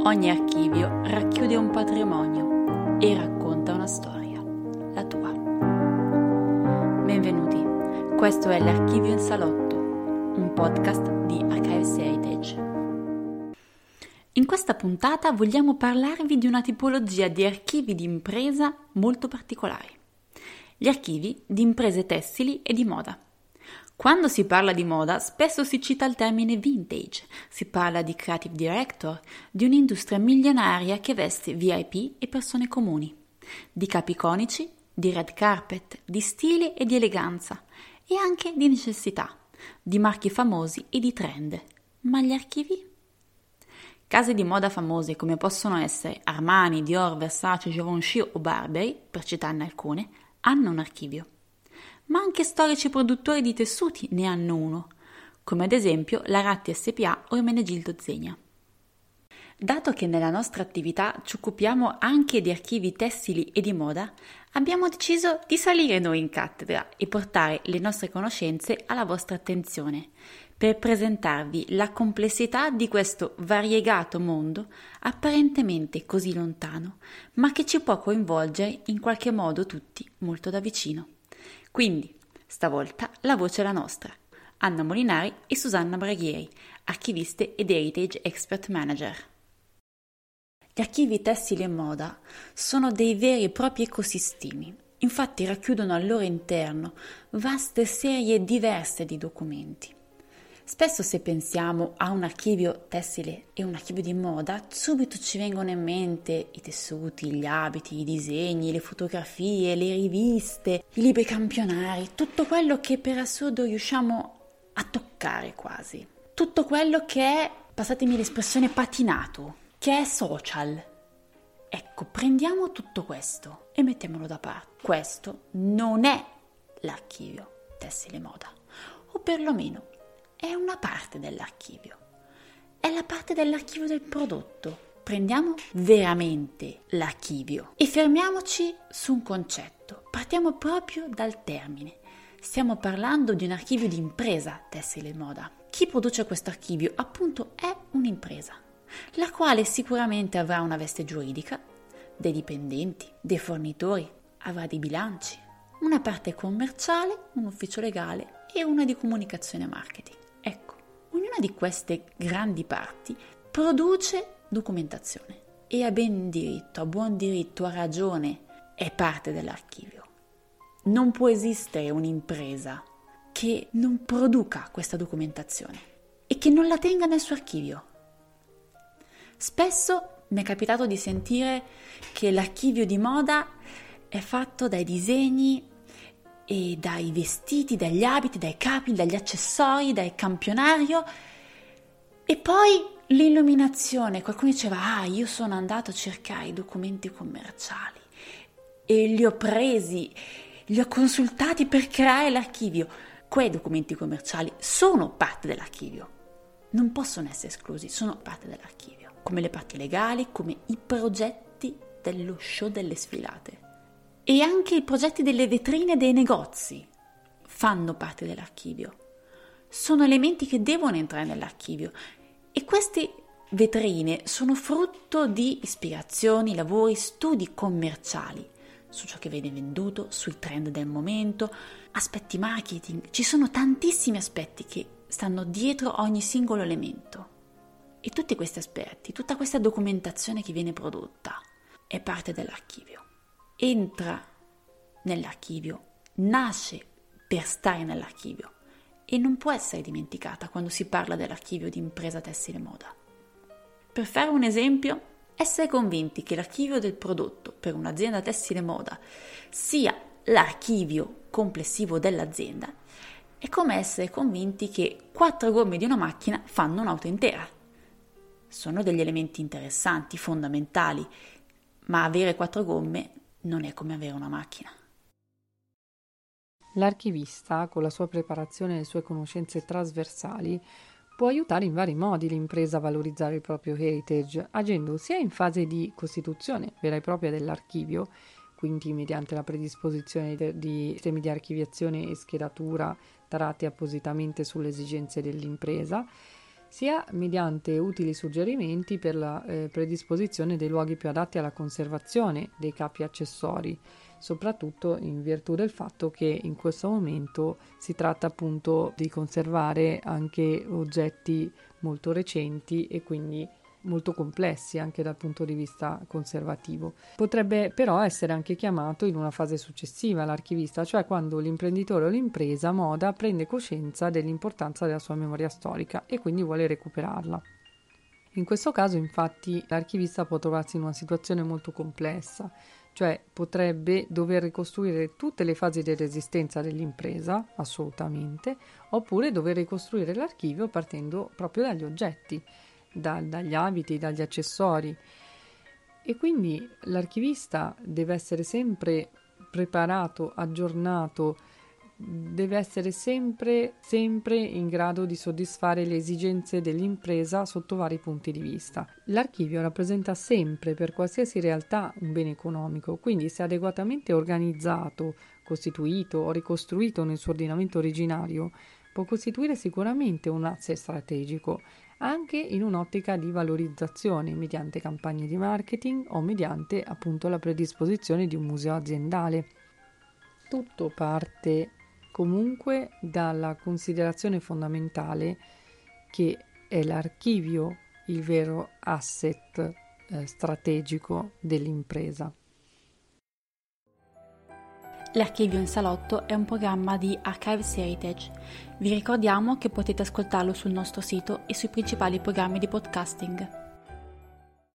Ogni archivio racchiude un patrimonio e racconta una storia, la tua. Benvenuti, questo è l'Archivio in Salotto, un podcast di Archives Heritage. In questa puntata vogliamo parlarvi di una tipologia di archivi di impresa molto particolari, gli archivi di imprese tessili e di moda. Quando si parla di moda, spesso si cita il termine vintage, si parla di creative director, di un'industria milionaria che veste VIP e persone comuni, di capi iconici, di red carpet, di stile e di eleganza, e anche di necessità, di marchi famosi e di trend. Ma gli archivi? Case di moda famose come possono essere Armani, Dior, Versace, Givenchy o Burberry, per citarne alcune, hanno un archivio. Ma anche storici produttori di tessuti ne hanno uno, come ad esempio la Ratti SpA o Ermenegildo Zegna. Dato che nella nostra attività ci occupiamo anche di archivi tessili e di moda, abbiamo deciso di salire noi in cattedra e portare le nostre conoscenze alla vostra attenzione, per presentarvi la complessità di questo variegato mondo apparentemente così lontano, ma che ci può coinvolgere in qualche modo tutti molto da vicino. Quindi, stavolta la voce è la nostra, Anna Molinari e Susanna Braghieri, archiviste ed Heritage Expert Manager. Gli archivi tessili e moda sono dei veri e propri ecosistemi, infatti racchiudono al loro interno vaste serie diverse di documenti. Spesso se pensiamo a un archivio tessile e un archivio di moda, subito ci vengono in mente i tessuti, gli abiti, i disegni, le fotografie, le riviste, i libri campionari, tutto quello che per assurdo riusciamo a toccare quasi. Tutto quello che è, passatemi l'espressione, patinato, che è social. Ecco, prendiamo tutto questo e mettiamolo da parte. Questo non è l'archivio tessile e moda, o perlomeno è una parte dell'archivio, è la parte dell'archivio del prodotto. Prendiamo veramente l'archivio e fermiamoci su un concetto, partiamo proprio dal termine. Stiamo parlando di un archivio di impresa tessile e moda. Chi produce questo archivio appunto è un'impresa, la quale sicuramente avrà una veste giuridica, dei dipendenti, dei fornitori, avrà dei bilanci, una parte commerciale, un ufficio legale e una di comunicazione e marketing. Ecco, ognuna di queste grandi parti produce documentazione e a ben diritto, a buon diritto, a ragione, è parte dell'archivio. Non può esistere un'impresa che non produca questa documentazione e che non la tenga nel suo archivio. Spesso mi è capitato di sentire che l'archivio di moda è fatto dai disegni e dai vestiti, dagli abiti, dai capi, dagli accessori, dal campionario e poi l'illuminazione. Qualcuno diceva, io sono andato a cercare i documenti commerciali e li ho presi, li ho consultati per creare l'archivio. Quei documenti commerciali sono parte dell'archivio, non possono essere esclusi, sono parte dell'archivio, come le parti legali, come i progetti dello show delle sfilate. E anche i progetti delle vetrine dei negozi fanno parte dell'archivio. Sono elementi che devono entrare nell'archivio e queste vetrine sono frutto di ispirazioni, lavori, studi commerciali su ciò che viene venduto, sui trend del momento, aspetti marketing. Ci sono tantissimi aspetti che stanno dietro ogni singolo elemento. E tutti questi aspetti, tutta questa documentazione che viene prodotta è parte dell'archivio. Entra nell'archivio, nasce per stare nell'archivio e non può essere dimenticata quando si parla dell'archivio di impresa tessile e moda. Per fare un esempio, essere convinti che l'archivio del prodotto per un'azienda tessile e moda sia l'archivio complessivo dell'azienda è come essere convinti che 4 gomme di una macchina fanno un'auto intera. Sono degli elementi interessanti, fondamentali, ma avere 4 gomme non è come avere una macchina. L'archivista, con la sua preparazione e le sue conoscenze trasversali, può aiutare in vari modi l'impresa a valorizzare il proprio heritage, agendo sia in fase di costituzione vera e propria dell'archivio, quindi mediante la predisposizione di sistemi di archiviazione e schedatura tarati appositamente sulle esigenze dell'impresa, sia mediante utili suggerimenti per la predisposizione dei luoghi più adatti alla conservazione dei capi accessori, soprattutto in virtù del fatto che in questo momento si tratta appunto di conservare anche oggetti molto recenti e quindi molto complessi anche dal punto di vista conservativo. Potrebbe però essere anche chiamato in una fase successiva l'archivista, cioè quando l'imprenditore o l'impresa moda prende coscienza dell'importanza della sua memoria storica e quindi vuole recuperarla. In questo caso, infatti, l'archivista può trovarsi in una situazione molto complessa, cioè potrebbe dover ricostruire tutte le fasi dell'esistenza dell'impresa, assolutamente, oppure dover ricostruire l'archivio partendo proprio dagli oggetti, dagli abiti, dagli accessori. E quindi l'archivista deve essere sempre preparato, aggiornato, deve essere sempre in grado di soddisfare le esigenze dell'impresa sotto vari punti di vista. L'archivio rappresenta sempre per qualsiasi realtà un bene economico, quindi se adeguatamente organizzato, costituito o ricostruito nel suo ordinamento originario, può costituire sicuramente un asset strategico, anche in un'ottica di valorizzazione mediante campagne di marketing o mediante appunto la predisposizione di un museo aziendale. Tutto parte comunque dalla considerazione fondamentale che è l'archivio il vero asset strategico dell'impresa. L'Archivio in Salotto è un programma di Archives Heritage. Vi ricordiamo che potete ascoltarlo sul nostro sito e sui principali programmi di podcasting.